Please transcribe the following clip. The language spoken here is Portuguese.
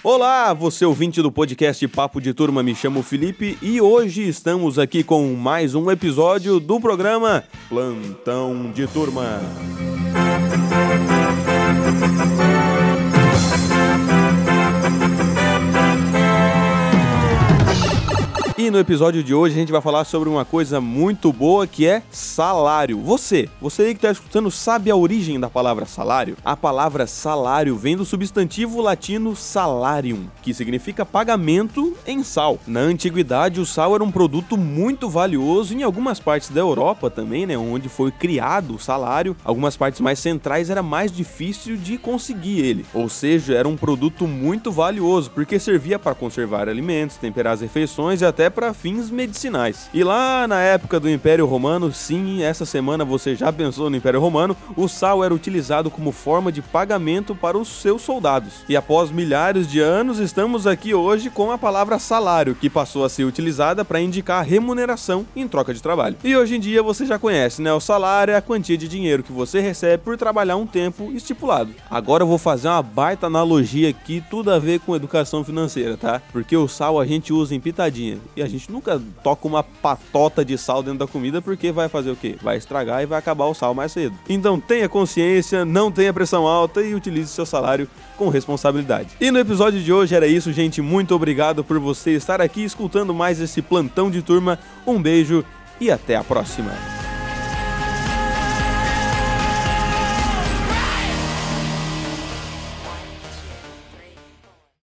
Olá, você ouvinte do podcast Papo de Turma, me chamo Felipe e hoje estamos aqui com mais um episódio do programa Plantão de Turma. E no episódio de hoje a gente vai falar sobre uma coisa muito boa que é salário. Você aí que está escutando sabe a origem da palavra salário? A palavra salário vem do substantivo latino salarium, que significa pagamento em sal. Na antiguidade o sal era um produto muito valioso em algumas partes da Europa também, né, onde foi criado o salário. Algumas partes mais centrais era mais difícil de conseguir ele, ou seja, era um produto muito valioso porque servia para conservar alimentos, temperar as refeições e até para fins medicinais. E lá na época do Império Romano, sim, essa semana você já pensou no Império Romano, o sal era utilizado como forma de pagamento para os seus soldados. E após milhares de anos, estamos aqui hoje com a palavra salário, que passou a ser utilizada para indicar remuneração em troca de trabalho. E hoje em dia você já conhece, né? O salário é a quantia de dinheiro que você recebe por trabalhar um tempo estipulado. Agora eu vou fazer uma baita analogia aqui, tudo a ver com educação financeira, tá? Porque o sal a gente usa em pitadinha. E a gente nunca toca uma patota de sal dentro da comida porque vai fazer o quê? Vai estragar e vai acabar o sal mais cedo. Então tenha consciência, não tenha pressão alta e utilize seu salário com responsabilidade. E no episódio de hoje era isso, gente. Muito obrigado por você estar aqui escutando mais esse plantão de turma. Um beijo e até a próxima.